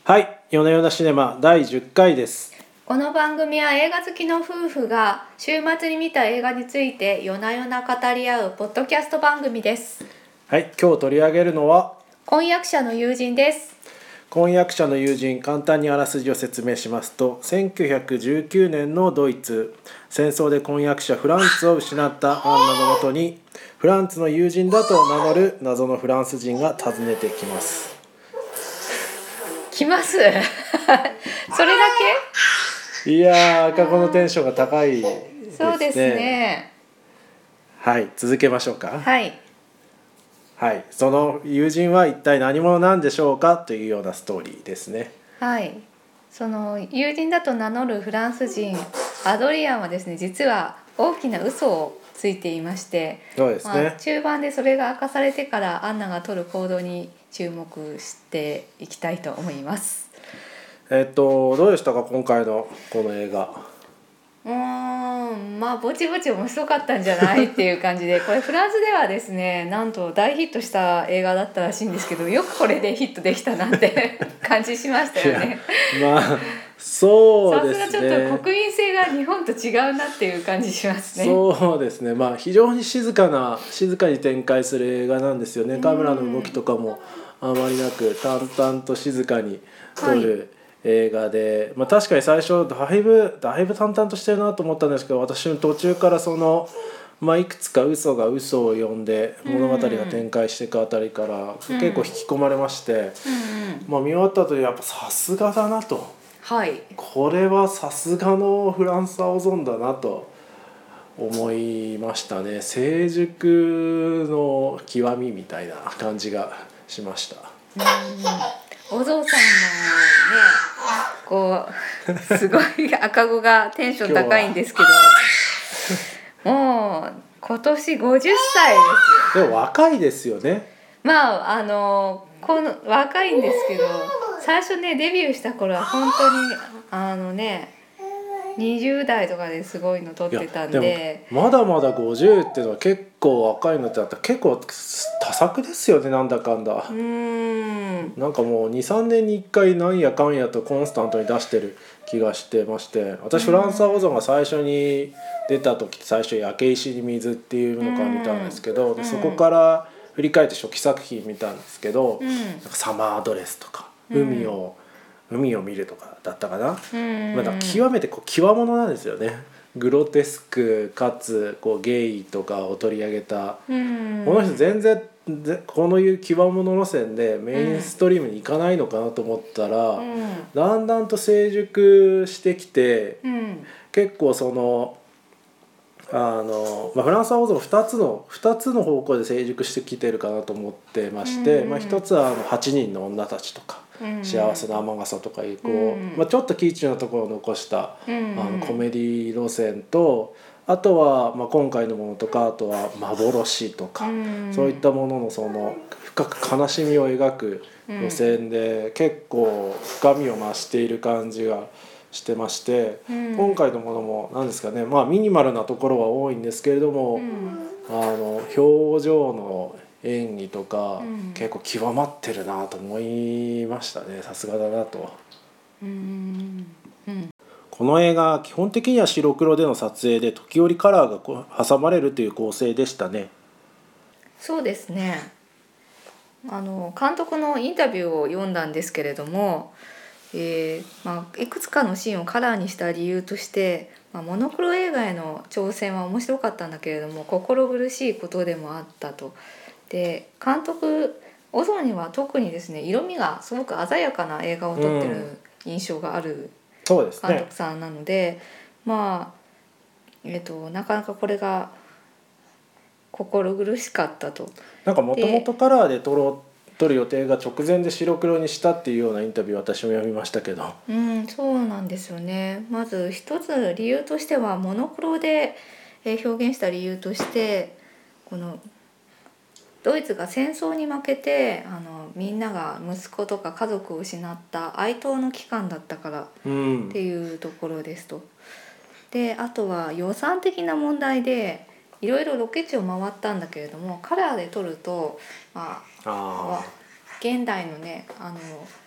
はい、夜な夜なシネマ第10回です。 この番組は映画好きの夫婦が週末に見た映画について夜な夜な語り合うポッドキャスト番組です。 はい、今日取り上げるのは婚約者の友人です。 婚約者の友人。簡単にあらすじを説明しますと、1919年のドイツ、戦争で婚約者フランツを失ったアンナのもとにフランツの友人だと名乗る謎のフランス人が訪ねてきます。 来ますそれだけ？いやー、赤子のテンションが高いですね。 そうですね。 はい、続けましょうか。 はいはい、その友人は一体何者なんでしょうかというようなストーリーですね。 はい、その友人だと名乗るフランス人アドリアンはですね、実は大きな嘘をついていまして、 そうですね。 中盤でそれが明かされてからアンナが取る行動に注目していきたいと思います。 どうでしたか、今回のこの映画。 まあぼちぼち面白かったんじゃないっていう感じで、これフランスではですね、なんと大ヒットした映画だったらしいんですけど、よくこれでヒットできたなって感じしましたよね。 まあそうですね。 さすがちょっと国民性が日本と違うなっていう感じしますね。 そうですね。まあ非常に静かに展開する映画なんですよね。カメラの動きとかもあまりなく淡々と静かに撮る映画で、まあ確かに最初だいぶ淡々としてるなと思ったんですけど、私も途中からいくつか嘘が嘘を呼んで物語が展開していくあたりから結構引き込まれまして、見終わった後でやっぱさすがだなと。 はい、 これはさすがのフランス青ゾンだなと思いましたね。成熟の極みみたいな感じがしました。 お嬢さんもね、こうすごい赤子がテンション高いんですけどもう今年50歳ですよ。でも若いですよね。 まあこの若いんですけど、最初ねデビューした頃は本当に20代とかですごいの撮ってたんで。 もまだまだ50っていうのは結構若いのってあったら結構多作ですよね。なんだかんだなんかもう 2,3 年に1回なんやかんやとコンスタントに出してる気がしてまして、私フランス青ゾンが最初に出た時って最初焼け石に水っていうのから見たんですけど、そこから振り返って初期作品見たんですけど、なんかサマードレスとか海を見るとかだったかな。だから極めて極物なんですよね。グロテスクかつゲイとかを取り上げた、この人全然このいう極物路線でメインストリームに行かないのかなと思ったら、だんだんと成熟してきて、結構フランスは2つの方向で成熟してきてるかなと思ってまして、一つは8人の女たちとか、幸せな雨傘とかいうちょっとキーチなところを残した、コメディ路線と、あとは、今回のものとか、あとは幻とか、そういったものの深く悲しみを描く路線で、結構深みを増している感じがしてまして、今回のものも何ですかね、ミニマルなところは多いんですけれども、表情の演技とか、結構極まってるなと思いましたね。さすがだなと。この映画基本的には白黒での撮影で、時折カラーが挟まれるという構成でしたね。 そうですね。監督のインタビューを読んだんですけれども、いくつかのシーンをカラーにした理由として、モノクロ映画への挑戦は面白かったんだけれども心苦しいことでもあったと。で、監督オゾンには特にですね、色味がすごく鮮やかな映画を撮ってる印象がある監督さんなので、なかなかこれが心苦しかったと。 なんかもともとカラーで撮る予定が直前で白黒にしたっていうようなインタビュー私も読みましたけど、 そうなんですよね。まず一つ理由としては、モノクロで表現した理由として、このドイツが戦争に負けてみんなが息子とか家族を失った哀悼の期間だったからっていうところですと。で、あとは予算的な問題でいろいろロケ地を回ったんだけれども、カラーで撮ると現代のね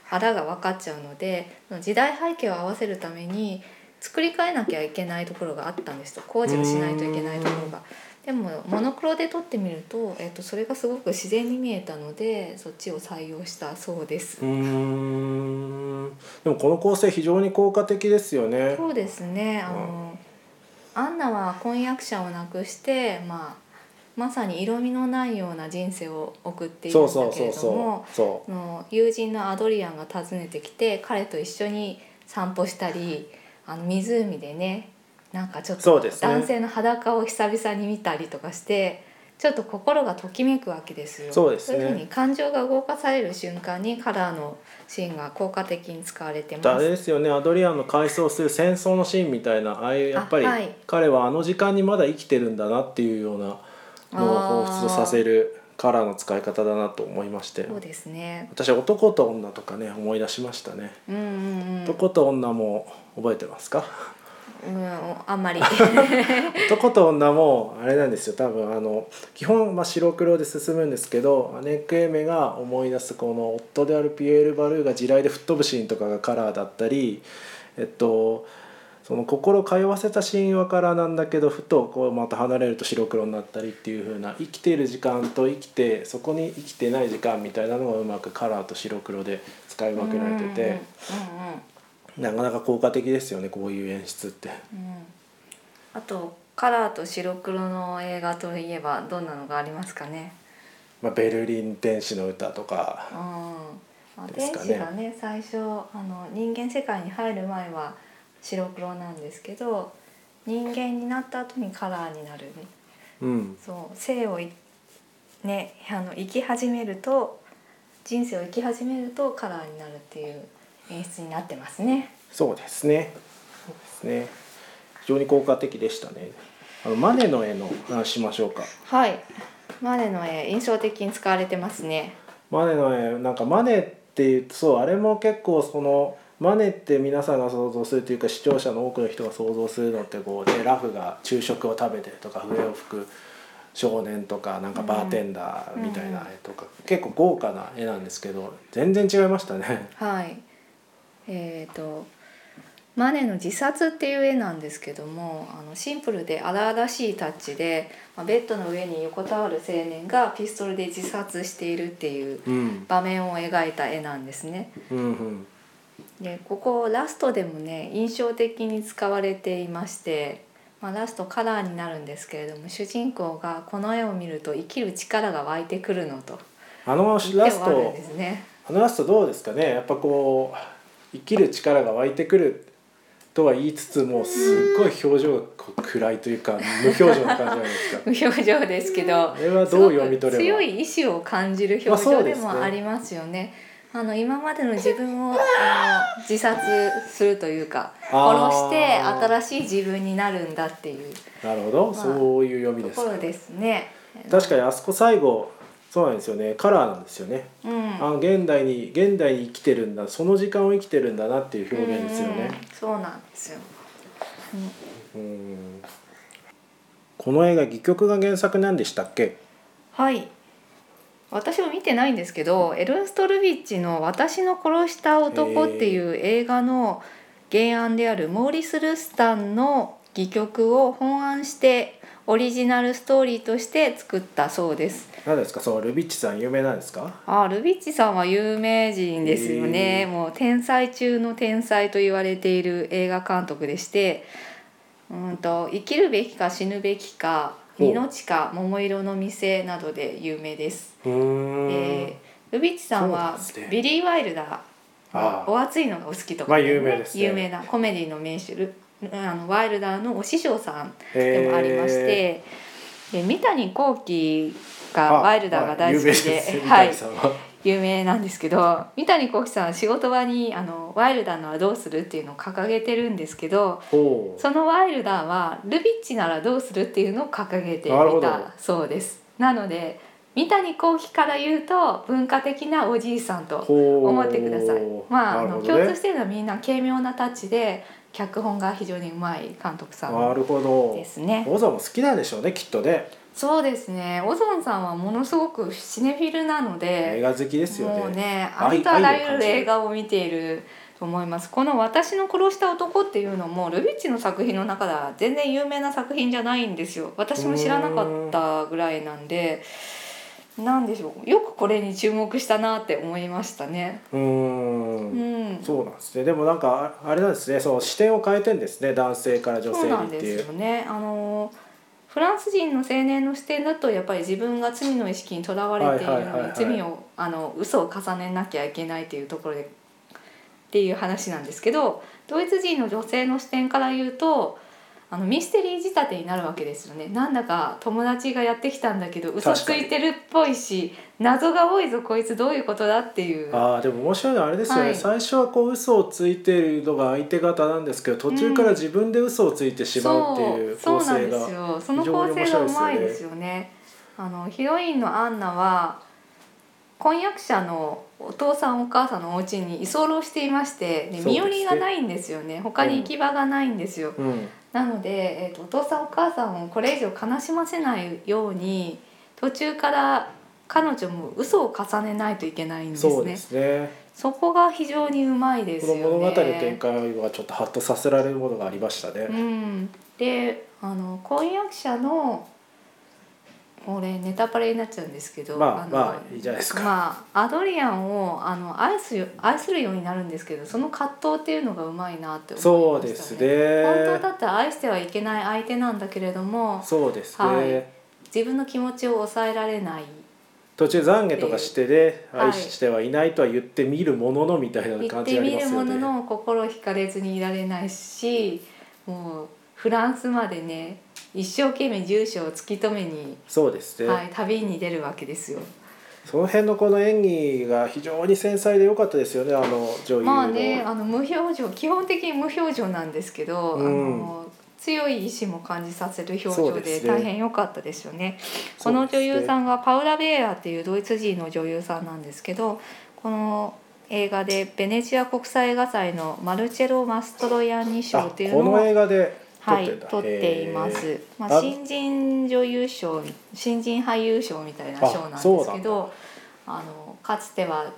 肌が分かっちゃうので、時代背景を合わせるために作り変えなきゃいけないところがあったんですと、工事をしないといけないところが。でもモノクロで撮ってみると、それがすごく自然に見えたのでそっちを採用したそうです。 でもこの構成非常に効果的ですよね。 そうですね。アンナは婚約者を亡くして、まさに色味のないような人生を送っているんだけれども、友人のアドリアンが訪ねてきて彼と一緒に散歩したり、湖でね、なんかちょっと男性の裸を久々に見たりとかしてちょっと心がときめくわけですよ。 そうですね。 そういうふうに感情が動かされる瞬間にカラーのシーンが効果的に使われてます。 あれですよね、アドリアンの回想する戦争のシーンみたいな、ああいうやっぱり彼はあの時間にまだ生きてるんだなっていうようなのを彷彿とさせるカラーの使い方だなと思いまして。 そうですね。 私は男と女とかね思い出しましたね。男と女も覚えてますか？ あんまり男と女もあれなんですよ、多分基本白黒で進むんですけど、アネック・エメが思い出すこの夫であるピエール・バルーが地雷で吹っ飛ぶシーンとかがカラーだったり、その心通わせたシーンはカラーなんだけどふとこうまた離れると白黒になったりっていう風な、生きている時間とそこに生きてない時間みたいなのがうまくカラーと白黒で使い分けられてて、なかなか効果的ですよね、こういう演出って。 あとカラーと白黒の映画といえばどんなのがありますかね。 ベルリン天使の歌とかですかね。 天使がね、最初人間世界に入る前は白黒なんですけど、人間になった後にカラーになる、そう生をね生き始めると、人生を生き始めるとカラーになるっていう演出になってますね。 そうですね。非常に効果的でしたね。マネの絵の話しましょうか。 はい。マネの絵印象的に使われてますね。 マネの絵、なんかマネっていうとあれも結構そのマネって皆さんが想像するというか視聴者の多くの人が想像するのってこうね、ラフが昼食を食べてるとか笛を吹く少年とかなんかバーテンダーみたいな絵とか、結構豪華な絵なんですけど全然違いましたね。 はい。マネの自殺っていう絵なんですけども、シンプルで荒々しいタッチで、ベッドの上に横たわる青年がピストルで自殺しているっていう場面を描いた絵なんですね。でここラストでもね印象的に使われていまして、ラストカラーになるんですけれども、主人公がこの絵を見ると生きる力が湧いてくるのとラストどうですかね。やっぱこう生きる力が湧いてくるとは言いつつもすっごい表情が暗いというか無表情な感じじゃないですか。 無表情ですけど、 あれはどう読み取れば強い意志を感じる表情でもありますよね。今までの自分を自殺するというか殺して新しい自分になるんだっていう、 なるほど、そういう読みですか。 ところですね。 確かにあそこ最後そうなんですよね、カラーなんですよね。現代に生きてるんだ、その時間を生きてるんだなっていう表現ですよね。 そうなんですよ。 この映画戯曲が原作なんでしたっけ？ はい。私も見てないんですけど、エルンストルビッチの私の殺した男っていう映画の原案であるモーリス・ルスタンの戯曲を本案してオリジナルストーリーとして作ったそうです。 何ですか、そのルビッチさん有名なんですか？ ルビッチさんは有名人ですよね。もう天才中の天才と言われている映画監督でして、生きるべきか死ぬべきか、ニノチカ、桃色の店などで有名です。ルビッチさんはビリー・ワイルダー、お熱いのがお好きとか、 有名ですね。 有名なコメディの名手ワイルダーのお師匠さんでもありまして、で三谷幸喜がワイルダーが大好きで、有名なんですけど、三谷幸喜さんは仕事場にワイルダーならどうするっていうのを掲げてるんですけど、そのワイルダーはルビッチならどうするっていうのを掲げていたそうです。なので三谷幸喜から言うと文化的なおじいさんと思ってください。共通しているのはみんな軽妙なタッチで脚本が非常にうまい監督さんですね。 王座も好きなんでしょうね、きっとね。 そうですね。オゾンさんはものすごくシネフィルなので、 映画好きですよね。 もうね、ありとあらゆる映画を見ていると思います。この私の殺した男っていうのもルビッチの作品の中では全然有名な作品じゃないんですよ。私も知らなかったぐらいなんで、なんでしょう、よくこれに注目したなって思いましたね。 そうなんですね。でもなんかあれなんですね、そう視点を変えてんですね、男性から女性にっていう。 そうなんですよね。フランス人の青年の視点だとやっぱり自分が罪の意識にとらわれているのに罪を嘘を重ねなきゃいけないというところでっていう話なんですけど、ドイツ人の女性の視点から言うとミステリー仕立てになるわけですよね。なんだか友達がやってきたんだけど嘘ついてるっぽいし、謎が多いぞこいつどういうことだっていう。 でも面白いのはあれですよね、最初はこう嘘をついているのが相手方なんですけど、途中から自分で嘘をついてしまうっていう構成が非常に面白いですよね。 その構成がうまいですよね。ヒロインのアンナは婚約者のお父さんお母さんのお家に居候していまして、身寄りがないんですよね。他に行き場がないんですよ。なので、お父さんお母さんをこれ以上悲しませないように途中から彼女も嘘を重ねないといけないんですね。 そうですね。 そこが非常にうまいですよね。 この物語の展開はちょっとハッとさせられるものがありましたね。 で婚約者のこれネタバレになっちゃうんですけど、 いいじゃないですか。 アドリアンを愛するようになるんですけど、その葛藤っていうのがうまいなって思いましたね。 そうですね。 本当だったら愛してはいけない相手なんだけれども、 そうですね。 自分の気持ちを抑えられない。 途中懺悔とかしてで、愛してはいないとは言ってみるもののみたいな感じがありますよね。 言ってみるものの心惹かれずにいられないし、もうフランスまでね一生懸命住所を突き止めに、 そうですね、 旅に出るわけですよ。 その辺のこの演技が非常に繊細で良かったですよね、女優の。 無表情、基本的に無表情なんですけど、強い意志も感じさせる表情で大変良かったですよね。この女優さんがパウラ・ベーアっていうドイツ人の女優さんなんですけど、この映画でベネチア国際映画祭のマルチェロ・マストロヤンニ賞っていうのをこの映画で撮っています。新人女優賞、新人俳優賞みたいな賞なんですけど、かつては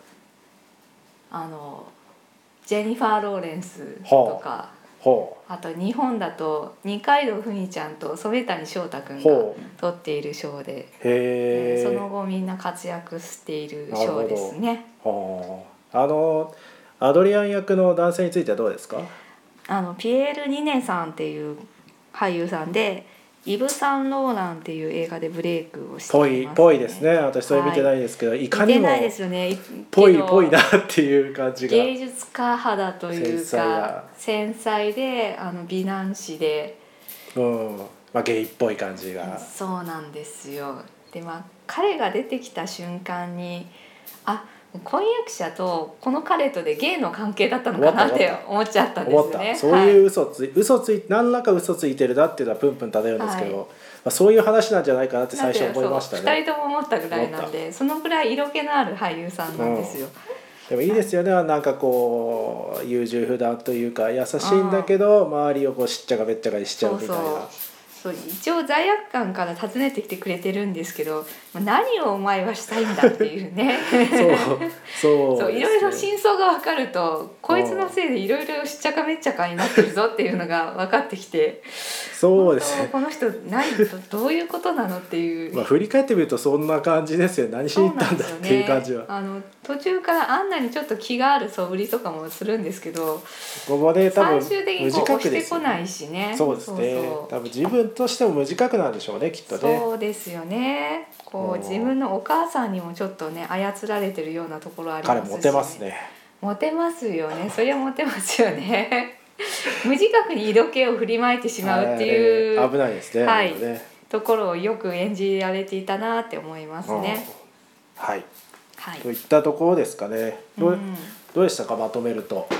ジェニファー・ローレンスとか、あと日本だと二階堂ふみちゃんと染谷翔太くんが取っている賞で、その後みんな活躍している賞ですね。 アドリアン役の男性についてはどうですか？ ピエール・ニネさんっていう俳優さんで、イヴ・サンローランっていう映画でブレイクをしていますね。 ぽいですね。私それ見てないですけど、いかにもぽいなっていう感じが。 芸術家肌というか繊細で美男子で、 ゲイっぽい感じが。 そうなんですよ。で彼が出てきた瞬間に婚約者とこの彼とでゲイの関係だったのかなって思っちゃったんですね。 そういう嘘つい何らか嘘ついてるなっていうのはプンプン漂うんですけど、そういう話なんじゃないかなって最初思いましたね。 2人とも思ったぐらいなんで、そのぐらい色気のある俳優さんなんですよ。 でもいいですよね、なんかこう優柔不断というか優しいんだけど周りをこうしっちゃかめっちゃかにしちゃうみたいな。 一応罪悪感から訪ねてきてくれてるんですけど、何をお前はしたいんだっていうねそういろいろ真相が分かるとこいつのせいでいろいろしっちゃかめっちゃかになってるぞっていうのが分かってきて、 そうですね、 この人どういうことなのっていう、 振り返ってみるとそんな感じですよ。何しに行ったんだっていう感じは。 途中からアンナにちょっと気がある素振りとかもするんですけど、 ここで多分最終的に押してこないしね。 そうですね。多分自分としても無自覚なんでしょうね、きっとね。 そうですよね。自分のお母さんにもちょっとね操られてるようなところありますし、 彼モテますね。 モテますよね。そりゃモテますよね。無自覚に色気を振りまいてしまうっていう危ないですね。 ところをよく演じられていたなって思いますね。 といったところですかね。どうでしたか、まとめると。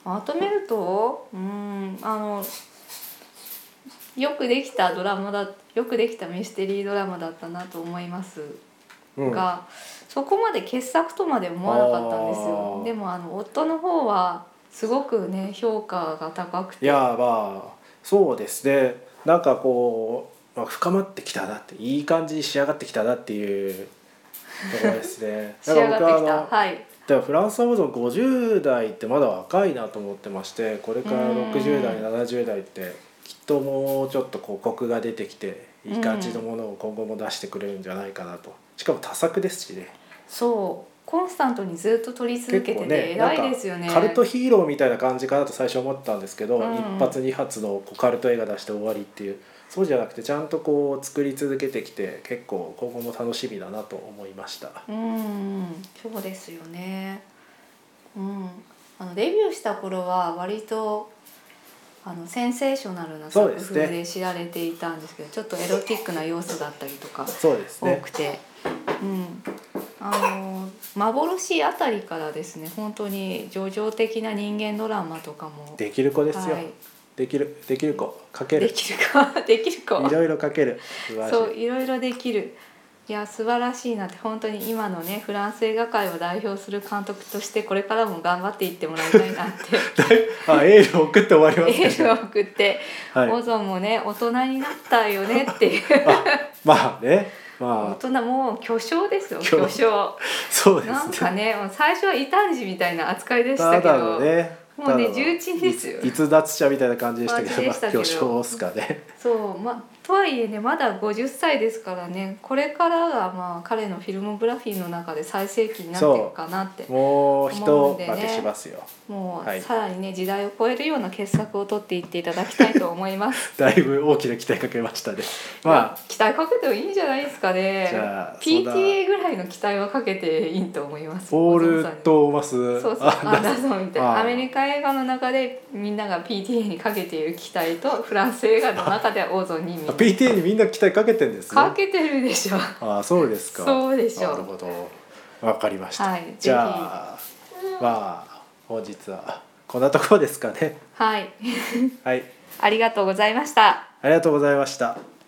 よくできたよくできたミステリードラマだったなと思いますが、そこまで傑作とまで思わなかったんですよ。でも夫の方はすごくね評価が高くて。 そうですね。なんかこ深まってきたなっていい感じに仕上がってきたなっていうところですね。 仕上がってきた。はい。 だからフランスアマゾン50代ってまだ若いなと思ってまして、これから60代70代ってきっともうちょっとこうコクが出てきていい感じのものを今後も出してくれるんじゃないかなと。しかも多作ですしね。 そうコンスタントにずっと撮り続けてて偉いですよね。 カルトヒーローみたいな感じかなと最初思ったんですけど、一発二発のカルト映画出して終わりっていう、そうじゃなくてちゃんとこう作り続けてきて結構今後も楽しみだなと思いました。 そうですよね。デビューした頃は割とセンセーショナルな作風で知られていたんですけど、ちょっとエロティックな要素だったりとか多くて、幻あたりからですね、本当に叙情的な人間ドラマとかもできる子ですよ、はい、できる子書けるできる子いろいろ書ける、 そういろいろできる。いや素晴らしいなって、本当に今のねフランス映画界を代表する監督としてこれからも頑張っていってもらいたいなってエールを送って終わりますね。エールを送って、はい、オゾンもね大人になったよねっていうまあね、大人もう巨匠ですよ、巨匠。 そうですね。 なんかね最初は異端児みたいな扱いでしたけど、もうね重鎮ですよ。 逸脱者みたいな感じでしたけど、巨匠ですかね。 そうとはいえねまだ50歳ですからね、これからが彼のフィルモグラフィーの中で最盛期になっていくかなってもう一化けしますよ。 もうさらにね時代を超えるような傑作を取っていっていただきたいと思いますだいぶ大きな期待かけましたね。 期待かけてもいいんじゃないですかね。じゃあ PTA ぐらいの期待はかけていいと思います。 ポール・トーマス・アンダーソンみたいなアメリカ映画の中でみんなが PTA にかけている期待と、フランス映画の中ではオーゾンに PTA にみんな期待かけてるんですね。 かけてるでしょ。 そうですか。 そうでしょう。 なるほど、わかりました、 はい、 じゃあ本日はこんなところですかね。 はいはい、 ありがとうございました。 ありがとうございました。